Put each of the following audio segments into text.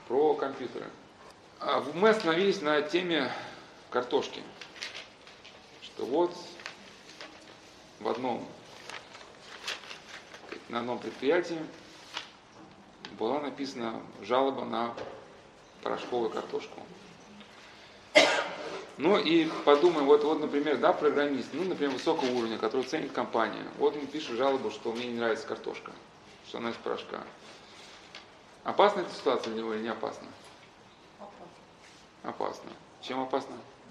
Про компьютеры. Мы остановились на теме картошки. Что вот на одном предприятии была написана жалоба на порошковую картошку. Ну и подумаем, вот, например, да, программист, например, высокого уровня, который ценит компания. Вот он пишет жалобу, что мне не нравится картошка, что она из порошка. Опасна эта ситуация для него или не опасна? Опасно. Чем опасно?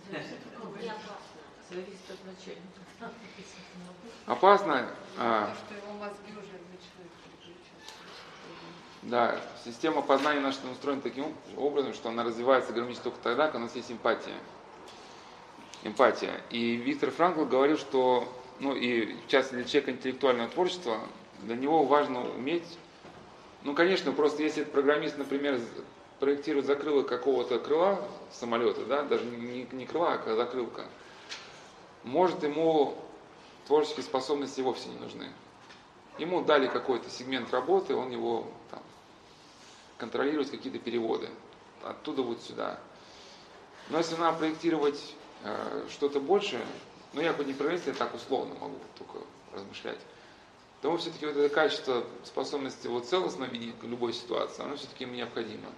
Зависит от начальника. Опасно. Что его мозги уже начинают переключаться. Да, система познания наша устроена таким образом, что она развивается гармонично только тогда, когда у нас есть эмпатия. И Виктор Франкл говорил, что, и в частности для человека интеллектуального творчества, для него важно уметь, конечно, просто если этот программист, например, проектирует закрылок какого-то крыла самолета, да, даже не крыла, а закрылка, может ему творческие способности вовсе не нужны. Ему дали какой-то сегмент работы, он его там контролирует, какие-то переводы. Оттуда вот сюда. Но если надо проектировать что-то большее, я хоть не программист, я так условно могу только размышлять, то все-таки вот это качество способности целостно видеть любой ситуации, оно все-таки ему необходимо.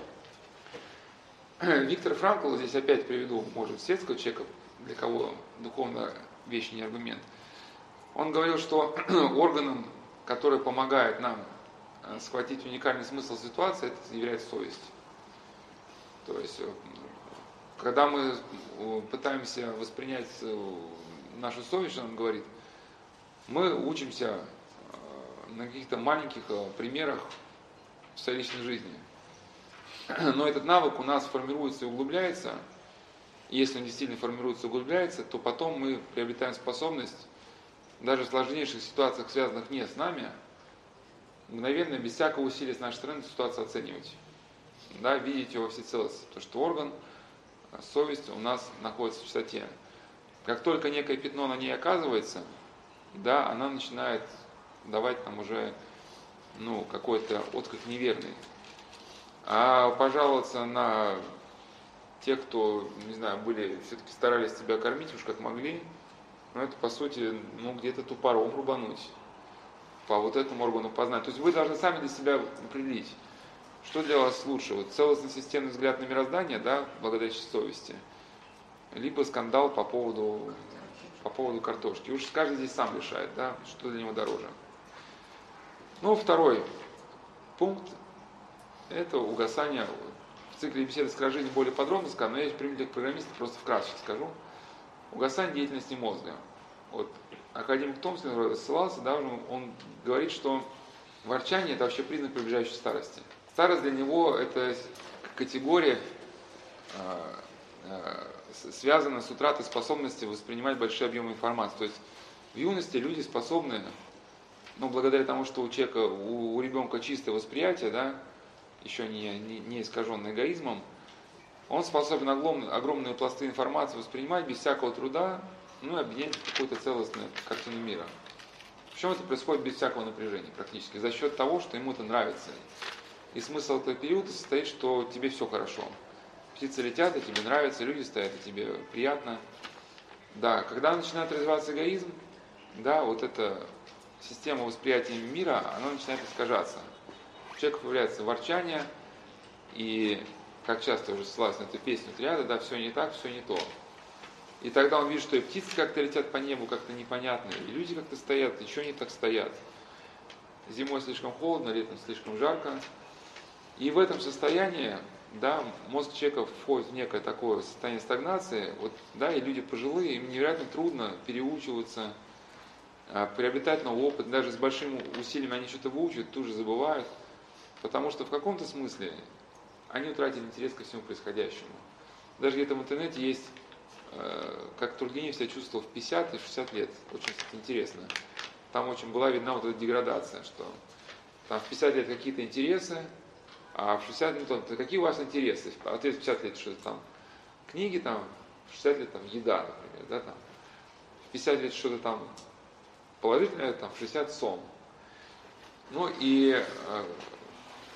Виктор Франкл, здесь опять приведу, может, светского человека, для кого духовная вещь не аргумент. Он говорил, что органом, который помогает нам схватить уникальный смысл ситуации, это является совесть. То есть, когда мы пытаемся воспринять нашу совесть, он говорит, мы учимся на каких-то маленьких примерах в своей личной жизни. Но этот навык у нас формируется и углубляется. И если он действительно формируется и углубляется, то потом мы приобретаем способность даже в сложнейших ситуациях, связанных не с нами, мгновенно, без всякого усилия с нашей стороны, эту ситуацию оценивать. Да, видеть его всецелость. Потому что орган, совесть у нас находится в чистоте. Как только некое пятно на ней оказывается, да, она начинает давать нам уже какой-то отклик неверный. А пожаловаться на тех, кто, не знаю, все-таки старались тебя кормить уж как могли, это по сути, где-то тупором рубануть, по вот этому органу познания. То есть вы должны сами для себя определить, что для вас лучше, целостный системный взгляд на мироздание, да, благодаря совести, либо скандал по поводу картошки. Уж каждый здесь сам решает, да, что для него дороже. Второй пункт – это угасание. В цикле беседы «Скажи» более подробно скажу, но я пример программиста просто вкратце скажу. Угасание деятельности мозга. Академик Томский ссылался, да, он говорит, что ворчание – это вообще признак приближающей старости. Старость для него – это категория, связана с утратой способности воспринимать большие объемы информации. То есть в юности люди способны, благодаря тому, что у человека, у ребенка чистое восприятие, да, еще не искаженное эгоизмом, он способен огромные пласты информации воспринимать без всякого труда, объединять в какую-то целостную картину мира. Причем это происходит без всякого напряжения практически, за счет того, что ему это нравится. И смысл этого периода состоит, что тебе все хорошо. Птицы летят, и тебе нравится, люди стоят, и тебе приятно. Да, когда начинает развиваться эгоизм, да, вот эта система восприятия мира, она начинает искажаться. У человека появляется ворчание, и, как часто уже ссылаюсь на эту песню Триады, да, все не так, все не то. И тогда он видит, что и птицы как-то летят по небу, как-то непонятно, и люди как-то стоят, еще не так стоят. Зимой слишком холодно, летом слишком жарко. И в этом состоянии, да, мозг человека входит в некое такое состояние стагнации, да, и люди пожилые, им невероятно трудно переучиваться, приобретать новый опыт, даже с большими усилиями они что-то выучат, тут же забывают, потому что в каком-то смысле они утратили интерес ко всему происходящему. Даже где-то в интернете есть, как Тургенев себя чувствовал в 50 и 60 лет, очень интересно. Там очень была видна эта деградация, что там в 50 лет какие-то интересы, а в 60 лет, какие у вас интересы? А в 50 лет что-то там, книги там, в 60 лет там еда, например, да, там. В 50 лет что-то там положительное, там, в 60 сон. И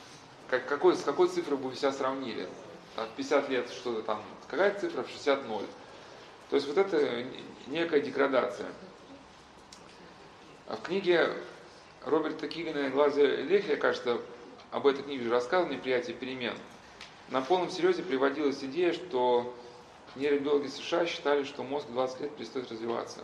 с какой цифрой бы вы себя сравнили? Там, в 50 лет что-то там, какая цифра, в 60 ноль. То есть вот это некая деградация. А в книге Роберта Кигана и Глаза Лехля, кажется, об этой книге уже рассказывал, «Неприятие перемен». На полном серьезе приводилась идея, что нейробиологи США считали, что мозг 20 лет перестает развиваться.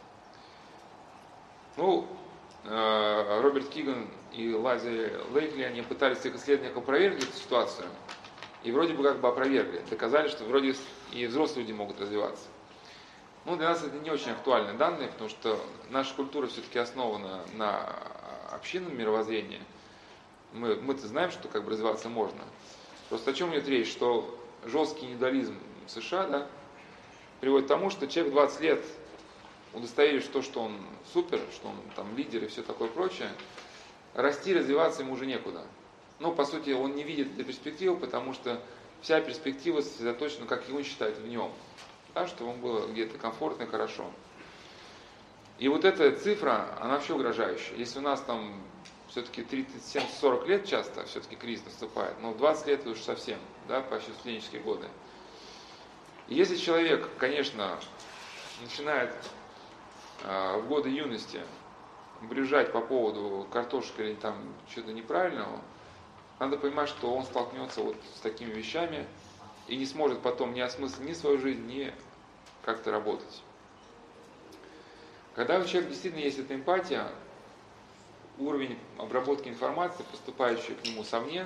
Ну, Роберт Киган и Лази Лейкли, они пытались в их исследованиях опровергнуть эту ситуацию. И вроде бы как бы опровергли. Доказали, что вроде и взрослые люди могут развиваться. Ну, для нас это не очень актуальные данные, потому что наша культура все-таки основана на общинном мировоззрении. Мы-то знаем, что как бы развиваться можно. Просто о чем идет речь, что жесткий индивидуализм в США, да, приводит к тому, что человек 20 лет удостоверив то, что он супер, что он там лидер и все такое прочее, расти, развиваться ему уже некуда. Ну, по сути, он не видит этой перспективы, потому что вся перспектива сосредоточена, как и он считает, в нем. Да, чтобы ему было где-то комфортно и хорошо. И вот эта цифра, она вообще угрожающая. Если у нас там все-таки 37-40 лет часто все-таки кризис наступает, но в 20 лет это уж совсем, да, почти студенческие годы. И если человек, конечно, начинает в годы юности брюзжать по поводу картошки или там чего-то неправильного, надо понимать, что он столкнется вот с такими вещами и не сможет потом ни осмыслить ни свою жизнь, ни как-то работать. Когда у человека действительно есть эта эмпатия, уровень обработки информации, поступающей к нему совне,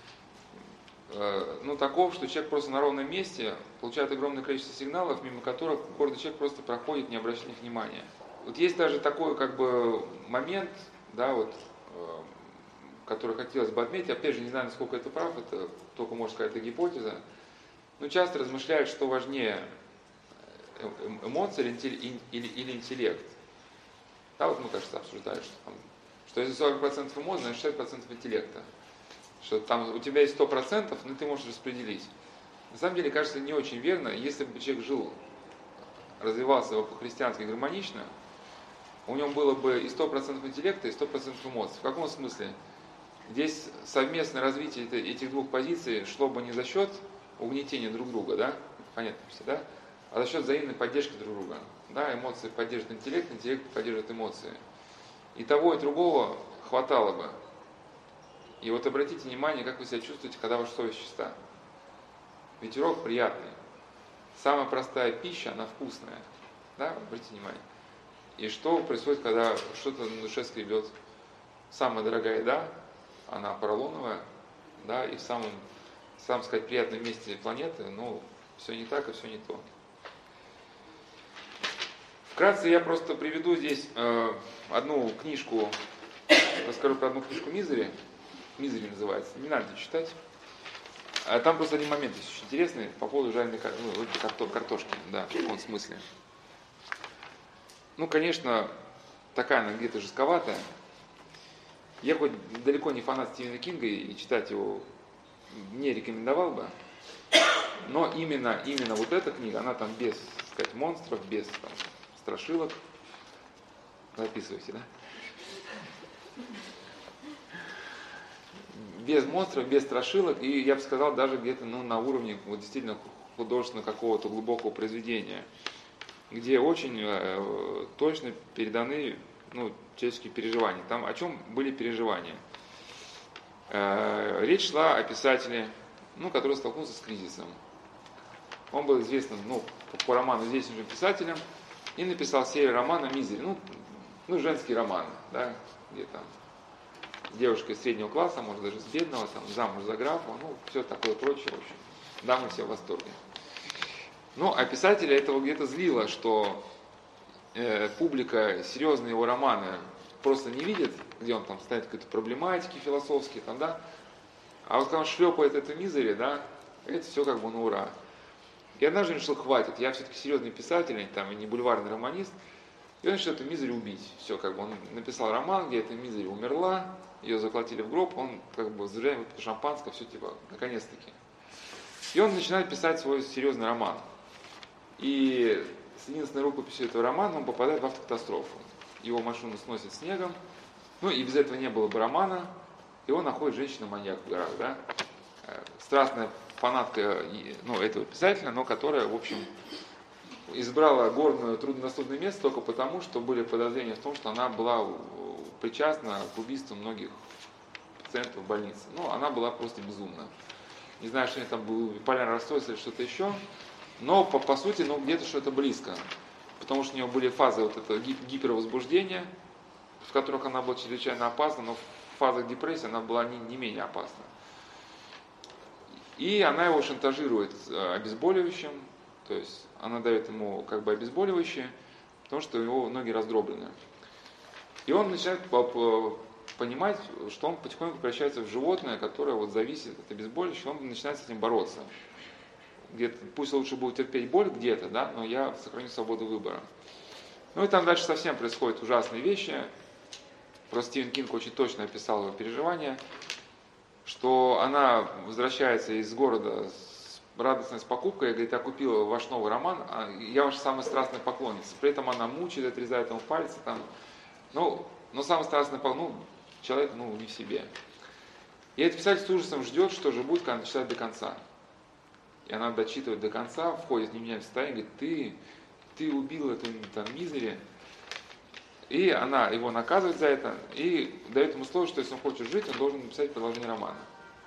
ну, таков, что человек просто на ровном месте получает огромное количество сигналов, мимо которых гордый человек просто проходит, не обращая на них внимания. Вот есть даже такой как бы момент, да, вот, который хотелось бы отметить, опять же, не знаю, насколько это прав, это только, можно сказать, это гипотеза, но часто размышляют, что важнее, эмоции или интеллект. Да, вот мы, кажется, обсуждали, что если 40% эмоций, значит 60% интеллекта. Что там у тебя есть 100%, но ты можешь распределить. На самом деле, кажется, не очень верно. Если бы человек жил, развивался по-христиански гармонично, у него было бы и 100% интеллекта, и 100% эмоций. В каком смысле? Здесь совместное развитие этих двух позиций шло бы не за счет угнетения друг друга, да? Понятно все, да? А за счет взаимной поддержки друг друга. Да, эмоции поддерживают интеллект поддерживает эмоции. И того, и другого хватало бы. И вот обратите внимание, как вы себя чувствуете, когда ваша совесть чиста. Ветерок приятный. Самая простая пища, она вкусная. Да, обратите внимание. И что происходит, когда что-то на душе скребет? Самая дорогая еда, она поролоновая, да, и в самом сказать, приятном месте планеты, ну, все не так и все не то. Вкратце я просто приведу здесь одну книжку, расскажу про одну книжку Мизери. Мизери называется, не надо читать. Там просто один момент есть очень интересный по поводу жареной картошки, да, в каком смысле. Ну, конечно, такая она где-то жестковатая. Я хоть далеко не фанат Стивена Кинга и читать его не рекомендовал бы, но именно вот эта книга, она там без, так сказать, монстров, без там, страшилок. Записывайте, да? Без монстров, без страшилок, и я бы сказал, даже где-то на уровне вот, действительно художественного какого-то глубокого произведения, где очень точно переданы человеческие переживания. Там о чем были переживания? Речь шла о писателе, который столкнулся с кризисом. Он был известным, по роману известным же писателем, и написал серию романа «Мизери», женский роман, да, где там девушка из среднего класса, может даже с бедного, там, замуж за графа, все такое прочее, в общем, дамы все в восторге. А писателя этого где-то злило, что публика серьезные его романы просто не видит, где он там ставит какие-то проблематики философские, там, да, а вот когда он шлепает это «Мизери», да, это все как бы на ура. И однажды он решил, хватит, я все-таки серьезный писатель, и не бульварный романист, и он решил эту «Мизери» убить. Все, как бы он написал роман, где эта «Мизери» умерла, ее заколотили в гроб, он как бы с друзьями выпил шампанское, все типа, наконец-таки. И он начинает писать свой серьезный роман. И с единственной рукописью этого романа он попадает в автокатастрофу. Его машину сносит снегом, и без этого не было бы романа, и он находит женщину-маньяк в горах, да? Страстная фанатка этого писателя, но которая, в общем, избрала горное труднодоступное место только потому, что были подозрения в том, что она была причастна к убийству многих пациентов в больнице. Она была просто безумна. Не знаю, что у нее там был биполярное расстройство или что-то еще, но по сути, где-то что-то близко. Потому что у нее были фазы вот этого гипервозбуждения, в которых она была чрезвычайно опасна, но в фазах депрессии она была не менее опасна. И она его шантажирует обезболивающим, то есть она дает ему как бы обезболивающее, потому что у него ноги раздроблены. И он начинает понимать, что он потихоньку превращается в животное, которое вот зависит от обезболивающего, он начинает с этим бороться. Где-то, пусть лучше будет терпеть боль где-то, да, но я сохраню свободу выбора. И там дальше совсем происходят ужасные вещи. Просто Стивен Кинг очень точно описал его переживания, что она возвращается из города с радостной с покупкой, и говорит, я купила ваш новый роман, я ваша самая страстная поклонница. При этом она мучает, отрезает ему пальцы. Но самый страстный человек не в себе. И этот писатель с ужасом ждет, что же будет, когда она читает до конца. И она дочитывает до конца, входит в невменяемое состояние, говорит, ты убил эту мизери. И она его наказывает за это и дает ему условие, что если он хочет жить, он должен написать продолжение романа.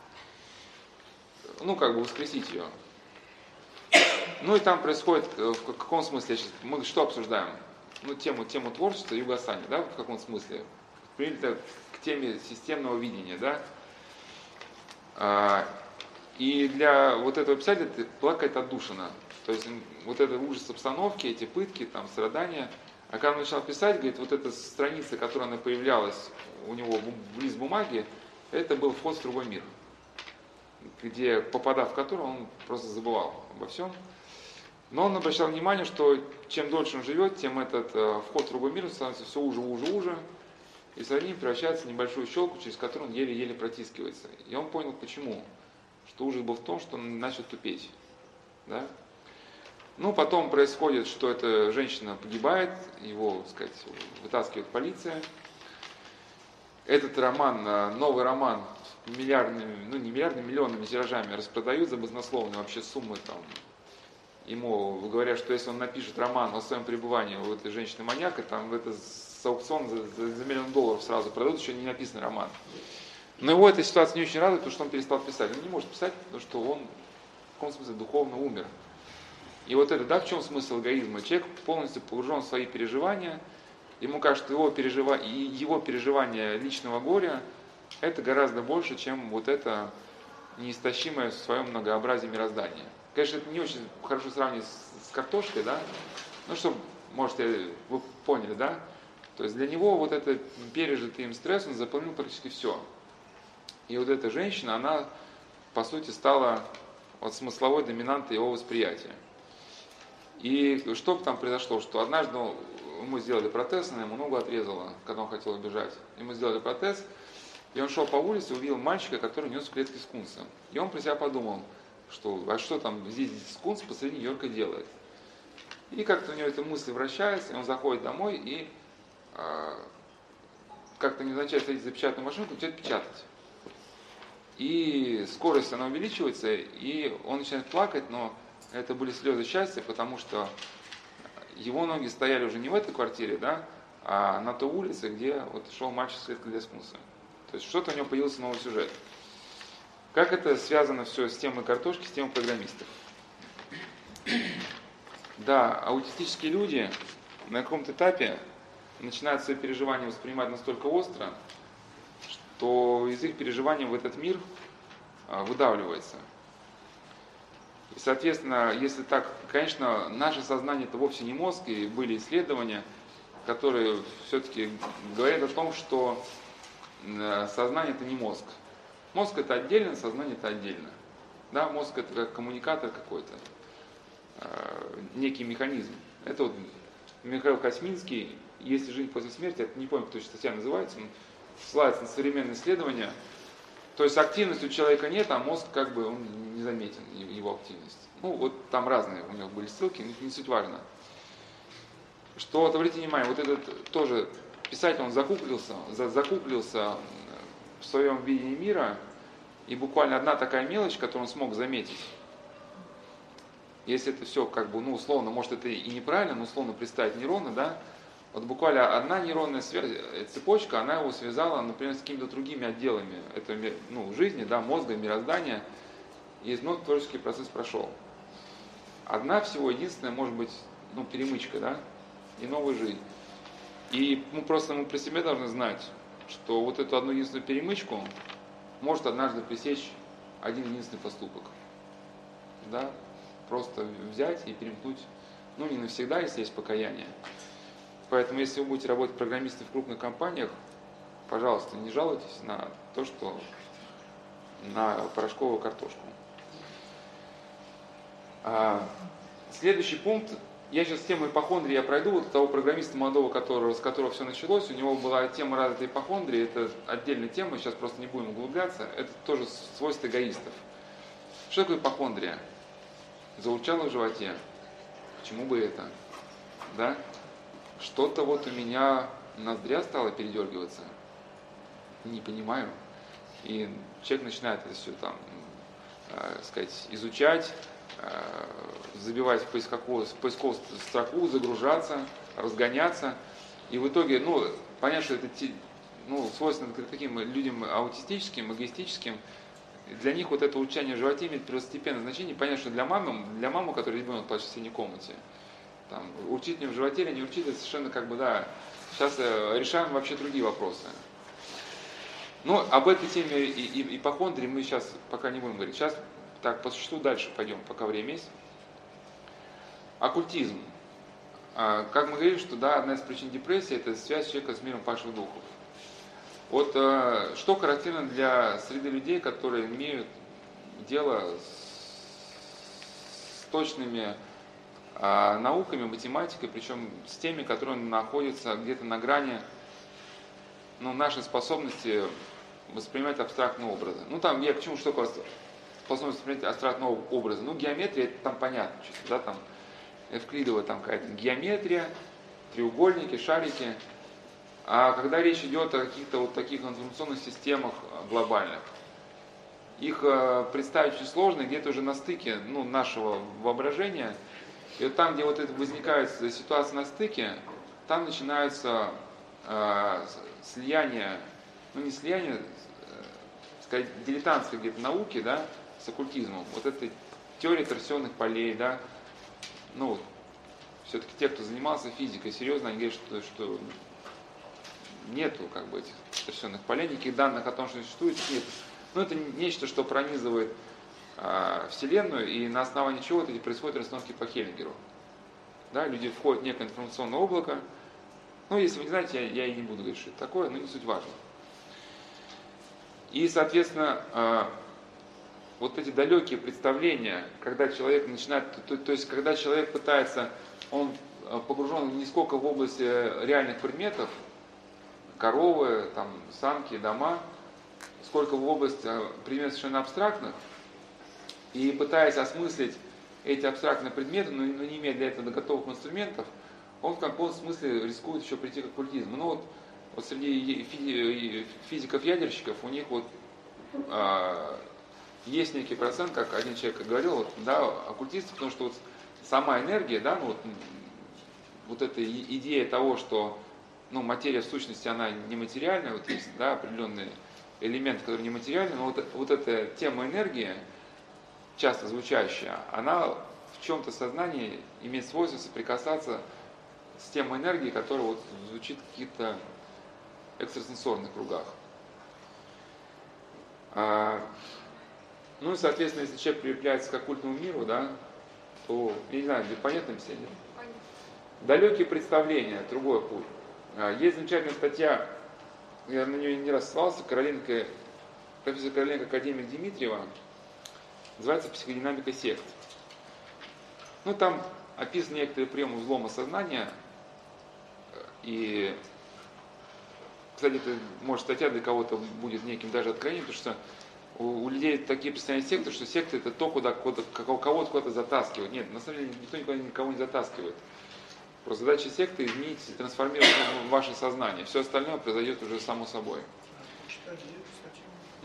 Воскресить ее. И там происходит, в каком смысле, мы что обсуждаем? Тему творчества и угасания, да, в каком смысле? Принято к теме системного видения, да. И для вот этого писателя была какая-то отдушина. То есть вот этот ужас обстановки, эти пытки, страдания. А когда он начал писать, говорит, вот эта страница, которая она появлялась у него в лист бумаги, это был вход в другой мир, где, попадав в который, он просто забывал обо всем. Но он обращал внимание, что чем дольше он живет, тем этот вход в другой мир становится все уже, и со временем превращается в небольшую щелку, через которую он еле-еле протискивается. И он понял, почему. Что ужас был в том, что он начал тупеть. Да? Потом происходит, что эта женщина погибает, его, вытаскивает полиция. Этот роман, новый роман, миллионными тиражами распродают за баснословные вообще суммы. Ему говорят, что если он напишет роман о своем пребывании у этой женщины-маньяка, это с аукциона за $1 миллион сразу продадут, еще не написанный роман. Но его эта ситуация не очень радует, потому что он перестал писать. Он не может писать, потому что он в каком смысле духовно умер. И вот это, в чем смысл эгоизма? Человек полностью погружен в свои переживания, ему кажется, что его переживание личного горя, это гораздо больше, чем вот это неистощимое в своем многообразии мироздания. Конечно, это не очень хорошо сравнить с картошкой, да? Может, вы поняли, да? То есть для него вот это пережитый им стресс, он заполнил практически все. И вот эта женщина, она, по сути, стала смысловой доминантой его восприятия. И что там произошло? Что однажды ему сделали протез, она ему ногу отрезала, когда он хотел убежать. Ему сделали протез, и он шел по улице, увидел мальчика, который нес в клетке скунса. И он про себя подумал, что там здесь скунс посреди Нью-Йорка делает. И как-то у него эта мысль вращается, и он заходит домой и как-то невзначай садится за печатную машинку и начинает печатать. И скорость она увеличивается, и он начинает плакать, но это были слезы счастья, потому что его ноги стояли уже не в этой квартире, да, а на той улице, где шел мальчик с клеткой для скунса. То есть что-то у него появился новый сюжет. Как это связано все с темой картошки, с темой программистов? Да, аутистические люди на каком-то этапе начинают свои переживания воспринимать настолько остро, что из их переживаний в этот мир выдавливается. И, соответственно, если так, конечно, наше сознание это вовсе не мозг, и были исследования, которые все-таки говорят о том, что сознание это не мозг. Мозг это отдельно, сознание это отдельно. Да, мозг это как коммуникатор какой-то, некий механизм. Это вот Михаил Косминский, «Если жить после смерти», это не помню, как точно статья называется, он ссылается на современные исследования. То есть активности у человека нет, а мозг он не заметен, его активность. Там разные у него были ссылки, не суть важно. Что, обратите внимание, вот этот тоже писатель, он закуклился в своем видении мира, и буквально одна такая мелочь, которую он смог заметить, если это все как бы, ну, условно, может это и неправильно, но условно представить нейроны, да, вот буквально одна нейронная цепочка, она его связала, например, с какими-то другими отделами этого, ну, жизни, да, мозга, мироздания, и вновь творческий процесс прошел. Одна всего, единственная, может быть, ну, перемычка, да, и новая жизнь. И мы про себя должны знать, что вот эту одну единственную перемычку может однажды пресечь один единственный поступок. Да, просто взять и перемкнуть, ну, не навсегда, если есть покаяние. Поэтому, если вы будете работать программистом в крупных компаниях, пожалуйста, не жалуйтесь на то, что на порошковую картошку. Следующий пункт. Я сейчас тему ипохондрии я пройду. Вот того программиста молодого, с которого все началось, у него была тема развитой ипохондрии. Это отдельная тема, сейчас просто не будем углубляться. Это тоже свойство эгоистов. Что такое ипохондрия? Заурчало в животе. Почему бы это? Да? Что-то вот у меня ноздря стала передергиваться. Не понимаю. И человек начинает это все там, сказать, изучать, забивать в поисковую строку, загружаться, разгоняться. И в итоге, ну, понятно, что это свойственно таким людям аутистическим, эгоистическим. Для них вот это урчание в животе имеет первостепенное значение. Понятно, что для мамы, которая ребенок плачет в соседней комнате, там, урчит мне в животе или не урчит, это совершенно как бы, да, сейчас решаем вообще другие вопросы. Но об этой теме ипохондрии мы сейчас пока не будем говорить. Сейчас так, по существу дальше пойдем, пока время есть. Оккультизм. Как мы говорили, что да, одна из причин депрессии – это связь человека с миром падших духов. Вот что характерно для среды людей, которые имеют дело с точными науками, математикой, причем с теми, которые находятся где-то на грани, ну, нашей способности воспринимать абстрактные образы. Ну, там, я к чему, что такое способность воспринимать абстрактного образа? Ну, геометрия, это там понятно, да, там эвклидова там какая-то геометрия, треугольники, шарики. А когда речь идет о каких-то вот таких информационных системах глобальных, их представить очень сложно, где-то уже на стыке, ну, нашего воображения. И вот там, где вот это возникает ситуация на стыке, там начинается слияние, ну не слияние, сказать, дилетантской где-то науки, да, с оккультизмом. Вот эта теория торсионных полей, да, ну, все-таки те, кто занимался физикой, серьезно, они говорят, что нету как бы этих торсионных полей, никаких данных о том, что существует, нет. Ну, это нечто, что пронизывает Вселенную, и на основании чего вот эти происходят расстановки по Хеллингеру. Да, люди входят в некое информационное облако. Ну, если вы не знаете, я и не буду говорить, что это такое, но не суть важно. И, соответственно, вот эти далекие представления, когда человек начинает, то есть когда человек пытается, он погружен не сколько в область реальных предметов, коровы, там, самки, дома, сколько в область предметов совершенно абстрактных, и пытаясь осмыслить эти абстрактные предметы, но не имея для этого готовых инструментов, он в каком-то смысле рискует еще прийти к оккультизму. Ну вот среди физиков-ядерщиков у них вот есть некий процент, как один человек говорил, вот, да, оккультисты, потому что вот сама энергия, да, ну, вот эта идея того, что, ну, материя в сущности она нематериальная, вот есть, да, определенные элементы, которые нематериальны, но вот эта тема энергии, часто звучащая, она в чем-то сознании имеет свойство соприкасаться с темой энергии, которая вот звучит в каких-то экстрасенсорных кругах. Ну и, соответственно, если человек прилепляется к оккультному миру, да, то, я не знаю, понятно ли себе? Понятно. Далекие представления, другой путь. Есть замечательная статья, я на нее не раз ссылался, профессор Короленко, академик Дмитриева, называется «Психодинамика сект». Ну, там описаны некоторые приемы взлома сознания, и, кстати, это, может, статья для кого-то будет неким даже откровением, потому что у людей такие представления секты, что секта это то, куда кого-то куда-то затаскивать. Нет, на самом деле никто никого не затаскивает. Просто задача секты изменить, трансформировать ваше сознание. Все остальное произойдет уже само собой. Читали эту статью?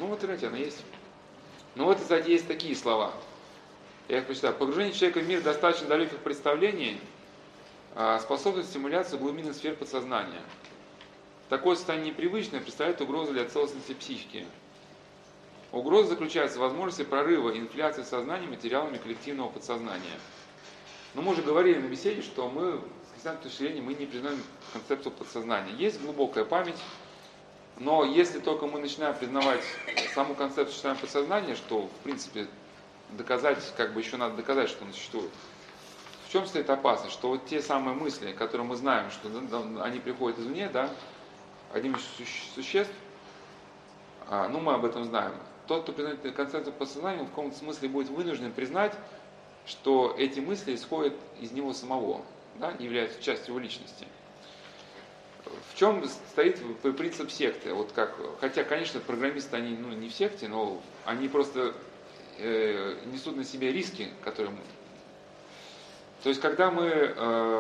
Ну вот, знаете, она есть. Ну вот, кстати, есть такие слова. Я их прочитаю. Погружение человека в мир достаточно далеких представлений способствует стимуляции глубинных сфер подсознания. Такое состояние непривычное представляет угрозу для целостности психики. Угроза заключается в возможности прорыва и инфляции сознания материалами коллективного подсознания. Но мы уже говорили на беседе, что мы, с христианской точки зрения, мы не признаем концепцию подсознания. Есть глубокая память, но если только мы начинаем признавать саму концепцию считаем подсознания, что, в принципе, доказать, как бы еще надо доказать, что он существует. В чем стоит опасность? Что вот те самые мысли, которые мы знаем, что они приходят извне, да, одним из существ, ну мы об этом знаем, тот, кто признает концепцию подсознания, в каком-то смысле будет вынужден признать, что эти мысли исходят из него самого, да, не являются частью его личности. В чем стоит принцип секты? Вот как, хотя, конечно, программисты, они не в секте, но они просто несут на себе риски, которые... То есть, когда мы...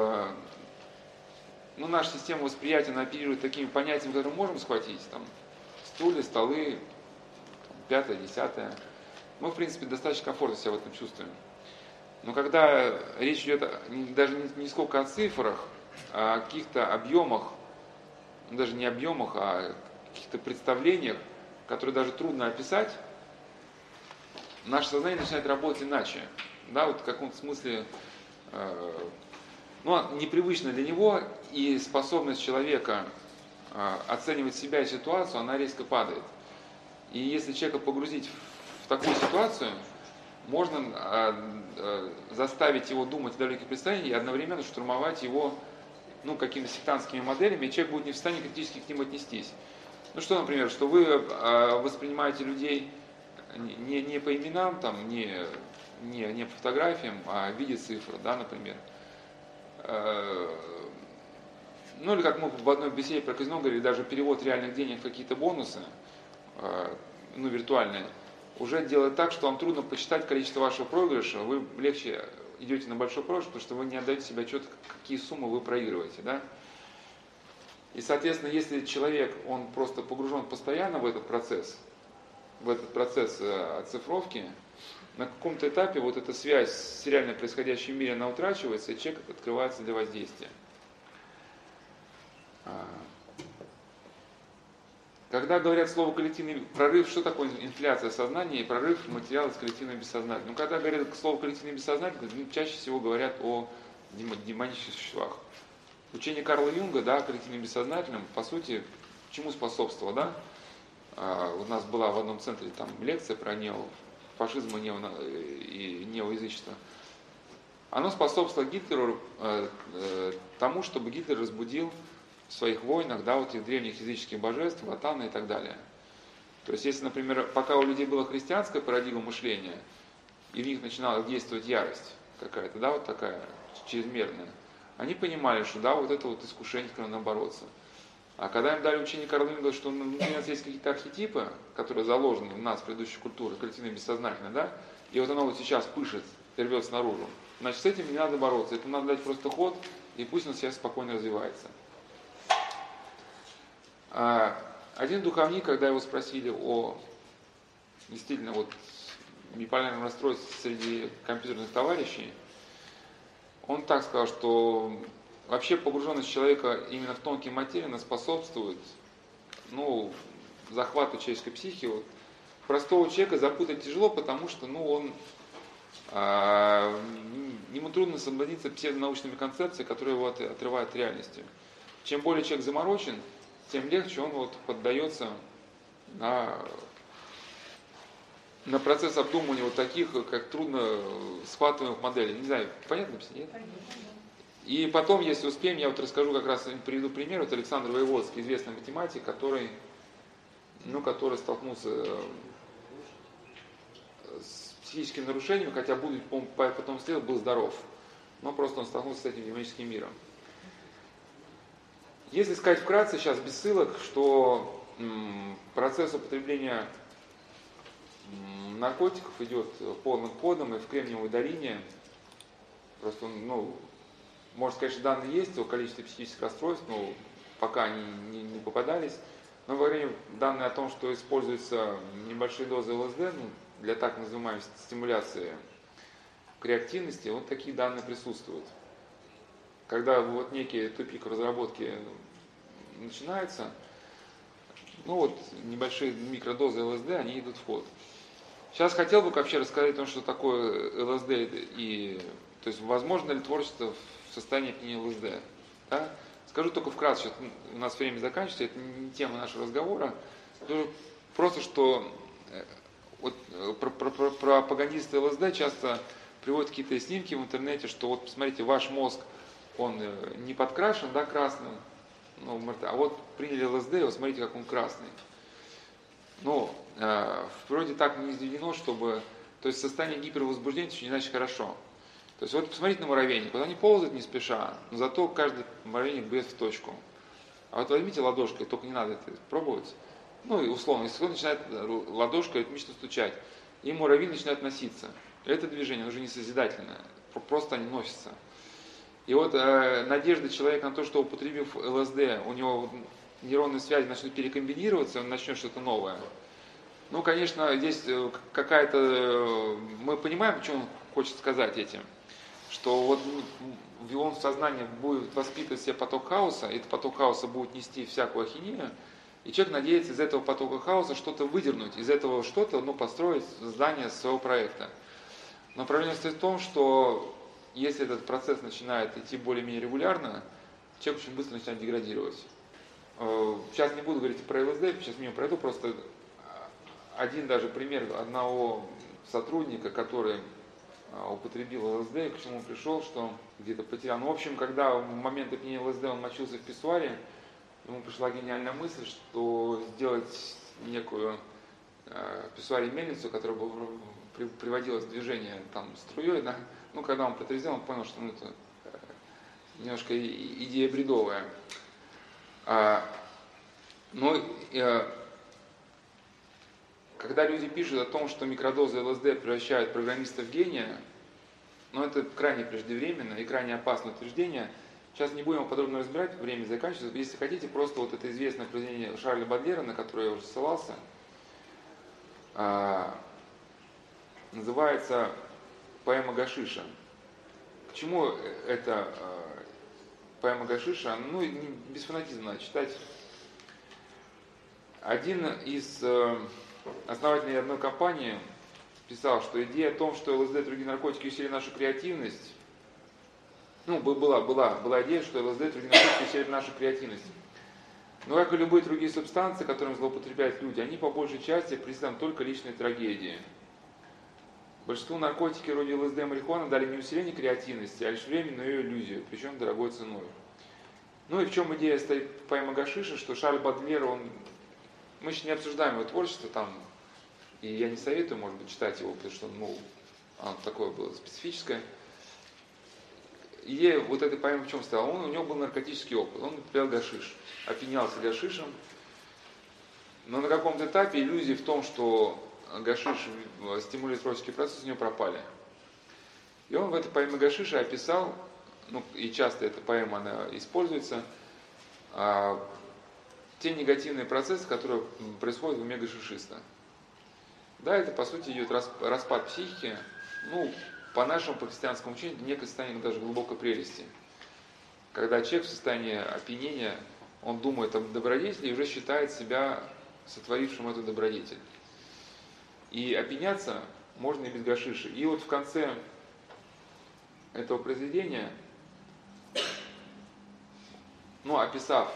наша система восприятия, она оперирует такими понятиями, которые мы можем схватить, там, стулья, столы, пятое, десятое. Мы, в принципе, достаточно комфортно себя в этом чувствуем. Но когда речь идет даже не сколько о цифрах, а о каких-то объемах, даже не объемах, а каких-то представлениях, которые даже трудно описать, наше сознание начинает работать иначе. Да, вот в каком-то смысле, непривычно для него, и способность человека оценивать себя и ситуацию, она резко падает. И если человека погрузить в такую ситуацию, можно заставить его думать о далеких представлениях и одновременно штурмовать его какими-то сектантскими моделями, и человек будет не в состоянии критически к ним отнестись. Что, например, что вы воспринимаете людей не по именам, там, не по фотографиям, а в виде цифр, да, например. Или как мы в одной беседе про казино говорили, даже перевод реальных денег в какие-то бонусы, виртуальные, уже делает так, что вам трудно посчитать количество вашего проигрыша, вы легче идете на большой проигрыш, потому что вы не отдаете себе отчет, какие суммы вы проигрываете, да? И, соответственно, если человек, он просто погружен постоянно в этот процесс оцифровки, на каком-то этапе вот эта связь с реально происходящим в мире, она утрачивается, и человек открывается для воздействия. Когда говорят слово коллективный прорыв, что такое инфляция сознания и прорыв материала из коллективного бессознательного? Когда говорят слово коллективный бессознательный, чаще всего говорят о демонических существах. Учение Карла Юнга, да, коллективным бессознательным, по сути, чему способствовало, да? У нас была в одном центре там лекция про неофашизм и неоязычество. Оно способствовало Гитлеру тому, чтобы Гитлер разбудил в своих войнах, да, вот этих древних языческих божеств, Ватана и так далее. То есть, если, например, пока у людей была христианская парадигма мышления, и в них начинала действовать ярость какая-то, да, вот такая чрезмерная, они понимали, что да, вот это вот искушение, с которым надо бороться. А когда им дали учение Карла Юнга, что внутри нас есть какие-то архетипы, которые заложены в нас, в предыдущей культуре, коллективно бессознательно, да, и вот оно вот сейчас пышет, рвется наружу, значит, с этим не надо бороться, этому надо дать просто ход, и пусть он себя спокойно развивается. Один духовник, когда его спросили о действительно вот биполярном расстройстве среди компьютерных товарищей, он так сказал, что вообще погруженность человека именно в тонкие материи, она способствует захвату человеческой психики. Вот. Простого человека запутать тяжело, потому что ему трудно соблазниться псевдонаучными концепциями, которые его отрывают от реальности. Чем более человек заморочен, тем легче он вот поддается на процесс обдумывания вот таких, как трудно схватываемых моделей. Не знаю, понятно объяснить? Нет? И потом, если успеем, я вот расскажу, как раз приведу пример. Вот Александр Воеводский, известный математик, который столкнулся с психическими нарушениями, хотя, будучи, потом следовать, был здоров. Но просто он столкнулся с этим демоническим миром. Если сказать вкратце, сейчас без ссылок, что процесс употребления наркотиков идет полным ходом, и в Кремниевой долине, просто, можно сказать, что данные есть о количестве психических расстройств, но пока они не попадались. Мы говорим данные о том, что используются небольшие дозы ЛСД для так называемой стимуляции к реактивности, вот такие данные присутствуют. Когда вот некий тупик в разработке начинается, ну вот небольшие микродозы ЛСД, они идут в ход. Сейчас хотел бы вообще рассказать о том, что такое ЛСД и, то есть, возможно ли творчество в состоянии опьянения ЛСД. Да? Скажу только вкратце, сейчас у нас время заканчивается, это не тема нашего разговора. Просто что вот, пропагандисты ЛСД часто приводят какие-то снимки в интернете, что вот посмотрите, ваш мозг, он не подкрашен, да, красным, ну, а вот приняли ЛСД, и вот смотрите, как он красный. Но в природе так не изведено, чтобы... То есть состояние гипервозбуждения это не значит хорошо. То есть вот посмотрите на муравейник, вот они ползают не спеша, но зато каждый муравейник бьет в точку. А вот возьмите ладошкой, только не надо это пробовать. Ну и условно, если кто-то начинает ладошкой ритмично стучать, и муравей начинает носиться. Это движение, оно уже не созидательное, просто они носятся. И вот надежда человека на то, что употребив ЛСД, у него нейронные связи начнут перекомбинироваться, он начнет что-то новое. Ну, конечно, здесь какая-то... Мы понимаем, что он хочет сказать этим. Что вот в его сознании будет воспитывать себе поток хаоса, и этот поток хаоса будет нести всякую ахинею, и человек надеется из этого потока хаоса что-то выдернуть, из этого что-то, ну, построить здание своего проекта. Но проблема состоит в том, что если этот процесс начинает идти более-менее регулярно, человек очень быстро начинает деградировать. Сейчас не буду говорить про ЛСД, сейчас мимо пройду, просто один даже пример одного сотрудника, который употребил ЛСД, и к чему он пришел, что где-то потерял. Ну, в общем, когда в момент опьянения ЛСД он мочился в писсуаре, ему пришла гениальная мысль, что сделать некую писсуаре мельницу, которая бы приводилась в движение там струей, да. Ну, когда он протрезвел, он понял, что это немножко идея бредовая. Когда люди пишут о том, что микродозы ЛСД превращают программиста в гения, но это крайне преждевременно и крайне опасное утверждение. Сейчас не будем его подробно разбирать, время заканчивается. Если хотите, просто вот это известное произведение Шарля Бадлера, на которое я уже ссылался, называется «Поэма Гашиша». К чему это поэма Гашиша? Ну, без фанатизма надо читать. Один из основателей одной компании писал, что идея о том, что ЛСД и другие наркотики усилили нашу креативность, ну, была идея, что ЛСД и другие наркотики усилили нашу креативность. Но, как и любые другие субстанции, которыми злоупотребляют люди, они по большей части представляют только личные трагедии. Большинству наркотики вроде ЛСД и марихуаны дали не усиление креативности, а лишь временную ее иллюзию, причем дорогой ценой. Ну и в чем идея стоит поэма Гашиша, что Шарль Бадлер, мы еще не обсуждаем его творчество там, и я не советую, может быть, читать его, потому что, ну, оно такое было специфическое. Идея вот этой поэмы в чем стояла? У него был наркотический опыт, он употреблял гашиш, опьянялся гашишем, но на каком-то этапе иллюзии в том, что гашиш стимулирует творческий процесс, у него пропали. И он в этой поэме Гашиша описал, ну и часто эта поэма она используется, те негативные процессы, которые происходят в уме гашишиста. Да, это по сути идет распад психики, ну, по нашему, по христианскому учению, это некое состояние даже глубокой прелести. Когда человек в состоянии опьянения, он думает об добродетели и уже считает себя сотворившим эту добродетель. И опьяняться можно и без гашиши. И вот в конце этого произведения, ну, описав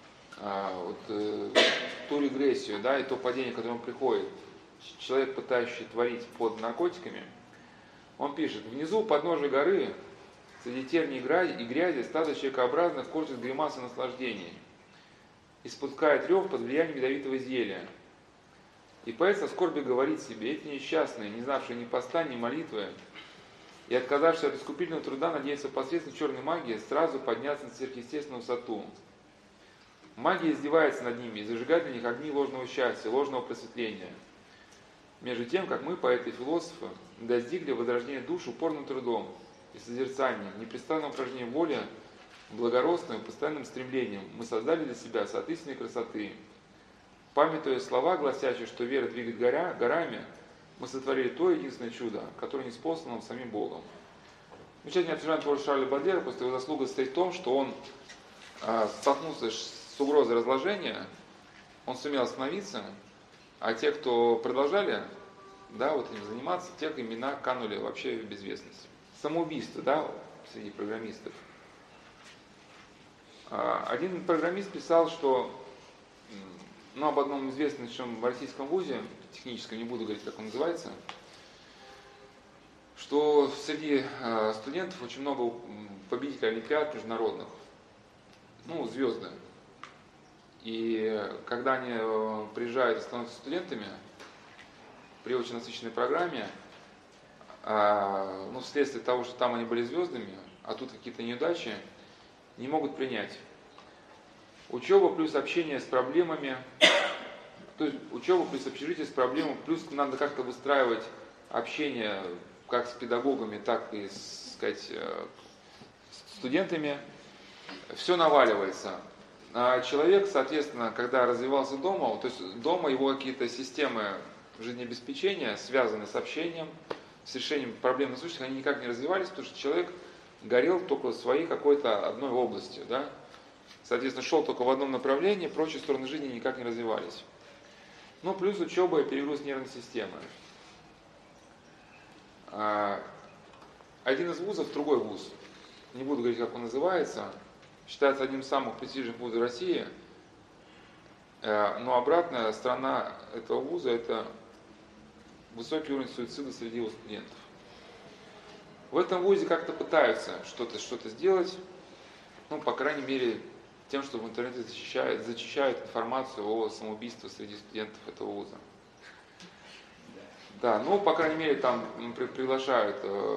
ту регрессию, да, и то падение, к которому приходит человек, пытающий творить под наркотиками, он пишет: внизу, у подножия горы, среди тернии и грязи, стадо человекообразных корчит гримасы наслаждений и спускает рев под влиянием ядовитого зелья. И поэт со скорбью говорит себе: эти несчастные, не знавшие ни поста, ни молитвы, и отказавшиеся от искупительного труда, надеются посредством черной магии сразу подняться на сверхъестественную высоту. Магия издевается над ними и зажигает для них огни ложного счастья, ложного просветления. Между тем, как мы, поэты и философы, достигли возрождения душ упорным трудом и созерцанием, непрестанным упражнением воли, благородством и постоянным стремлением, мы создали для себя сад истинной красоты, Памятуя слова, гласящие, что вера двигает горами, мы сотворили то единственное чудо, которое неспослано нам самим Богом. Замечательный обсуждаем творчество Шарля Бадлера, просто его заслуга состоит в том, что он столкнулся с угрозой разложения, он сумел остановиться, а те, кто продолжали, да, вот этим заниматься, тех имена канули вообще в безвестность. Самоубийство, да, среди программистов. Один программист писал, что, ну, об одном известнейшем российском вузе, техническом, не буду говорить, как он называется, что среди студентов очень много победителей олимпиад международных, ну, звезды. И когда они приезжают и становятся студентами при очень насыщенной программе, ну, вследствие того, что там они были звездами, а тут какие-то неудачи, не могут принять. Учеба плюс общение с проблемами, то есть учеба плюс общежитие с проблемами, плюс надо как-то выстраивать общение как с педагогами, так и, сказать, с студентами. Все наваливается. А человек, соответственно, когда развивался дома, то есть дома его какие-то системы жизнеобеспечения, связанные с общением, с решением проблем насущных, они никак не развивались, потому что человек горел только в своей какой-то одной областью, да? Соответственно, шел только в одном направлении, прочие стороны жизни никак не развивались. Ну, плюс учеба и перегруз нервной системы. Один из вузов, другой вуз, не буду говорить, как он называется, считается одним из самых престижных вузов России, но обратная сторона этого вуза – это высокий уровень суицида среди его студентов. В этом вузе как-то пытаются что-то сделать, ну, по крайней мере, тем, что в интернете зачищают информацию о самоубийстве среди студентов этого вуза. Да, ну, по крайней мере, там приглашают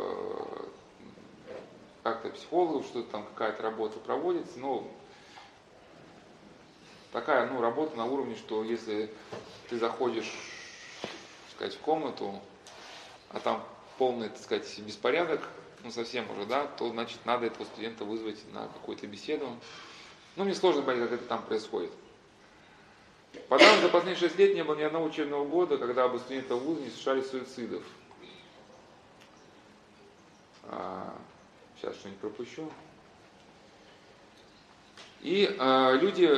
как-то психологов, что-то там какая-то работа проводится, но такая, ну, работа на уровне, что если ты заходишь, так сказать, в комнату, а там полный, так сказать, беспорядок, ну, совсем уже, да, то, значит, надо этого студента вызвать на какую-то беседу. Ну, мне сложно понять, как это там происходит. По данным, за последние 6 лет не было ни одного учебного года, когда бы студенты вуза не совершали суицидов. Сейчас что-нибудь пропущу. И люди,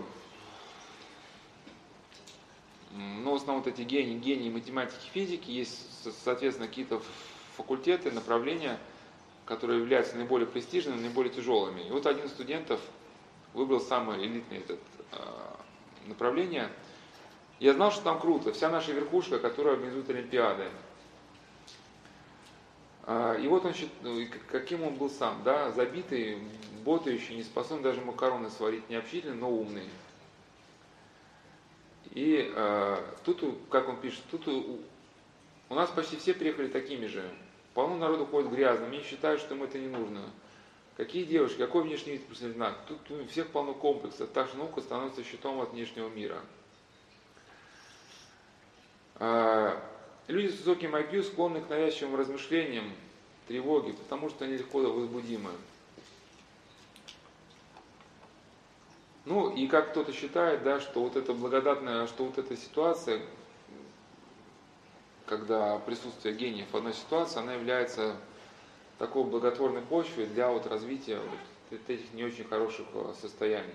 ну, в основном вот эти гении математики, физики, есть, соответственно, какие-то факультеты, направления, которые являются наиболее престижными, наиболее тяжелыми. И вот один из студентов выбрал самое элитное направление. Я знал, что там круто, вся наша верхушка, которая организует олимпиады. И вот он, каким он был сам, да, забитый, ботающий, не способный даже макароны сварить, необщительный, но умный. И тут, как он пишет, тут у нас почти все приехали такими же. Полно народу ходит грязными и считают, что им это не нужно. Какие девушки, какой внешний вид плюсный знак? Тут у всех полно комплексов, так что наука становится щитом от внешнего мира. Люди с высоким IQ склонны к навязчивым размышлениям, тревоге, потому что они легко возбудимы. Ну и как кто-то считает, да, что вот эта благодатная, что вот эта ситуация, когда присутствие гениев в одной ситуации, она является такой благотворной почвой для вот развития вот этих не очень хороших состояний.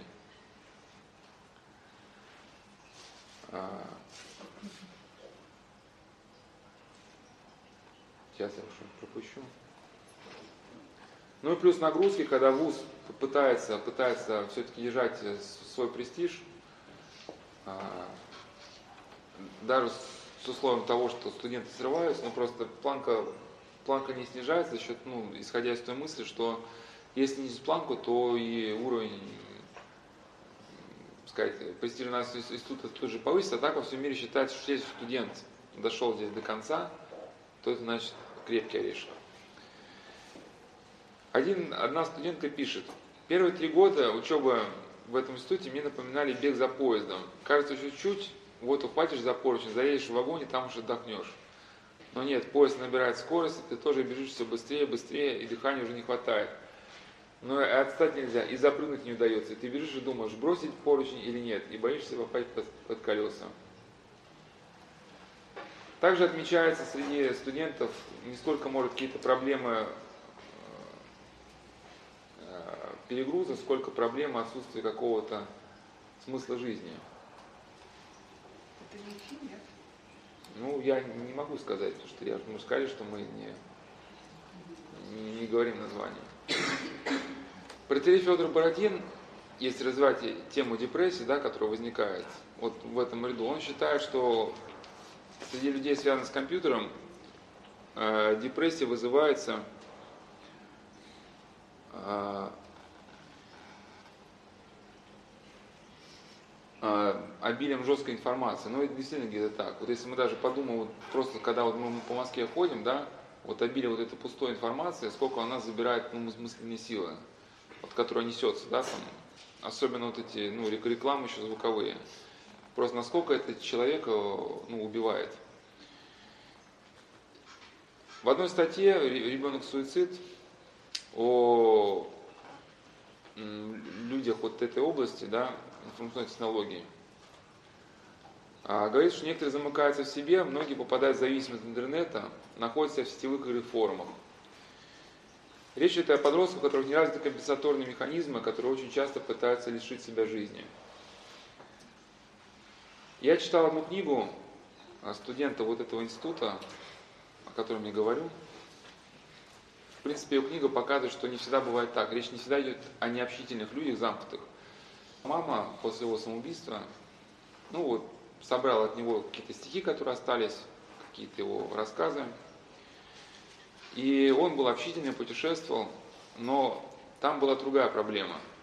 Сейчас я уже пропущу. Ну и плюс нагрузки, когда вуз пытается все-таки держать свой престиж, даже с условием того, что студенты срываются, но просто планка не снижается за счет, ну, исходя из той мысли, что если снизить планку, то и уровень, так сказать, престижа нашего института тут же повысится, а так во всем мире считается, что если студент дошел здесь до конца, то это значит крепкий орешек. Одна студентка пишет: первые 3 года учебы в этом институте мне напоминали бег за поездом. Кажется, чуть-чуть, вот ухватишь за поручень, заедешь в вагоне, там уж отдохнешь. Но нет, поезд набирает скорость, ты тоже бежишь все быстрее, и дыхания уже не хватает. но и отстать нельзя, и запрыгнуть не удается. И ты бежишь и думаешь, бросить поручень или нет, и боишься попасть под колеса. Также отмечается среди студентов не столько, может, какие-то проблемы перегруза, сколько проблемы отсутствия какого-то смысла жизни. Это не фильм, нет? Ну, я не могу сказать, потому что мы сказали, что мы не говорим название. Протоиерей Федор Бородин, если развивать тему депрессии, да, которая возникает вот в этом ряду, он считает, что среди людей, связанных с компьютером, депрессия вызывается обилием жесткой информации. Ну, это действительно где-то так. Вот если мы даже подумаем, вот просто когда вот мы по Москве ходим, да, вот обилие вот этой пустой информации, сколько она забирает мысленные силы, вот, которая несется, да, там, особенно вот эти, рекламы еще звуковые. Просто насколько это человека, убивает. В одной статье «Ребенок-суицид» о людях вот этой области, да, информационной технологии, говорит, что некоторые замыкаются в себе, многие попадают в зависимость от интернета, находятся в сетевых игровых форумах. Речь идет о подростках, у которых не развиты компенсаторные механизмы, которые очень часто пытаются лишить себя жизни. Я читал одну книгу студента вот этого института, о котором я говорю. В принципе, его книга показывает, что не всегда бывает так. Речь не всегда идет о необщительных людях, замкнутых. Мама после его самоубийства, собрала от него какие-то стихи, которые остались, какие-то его рассказы. И он был общительный, путешествовал, но там была другая проблема –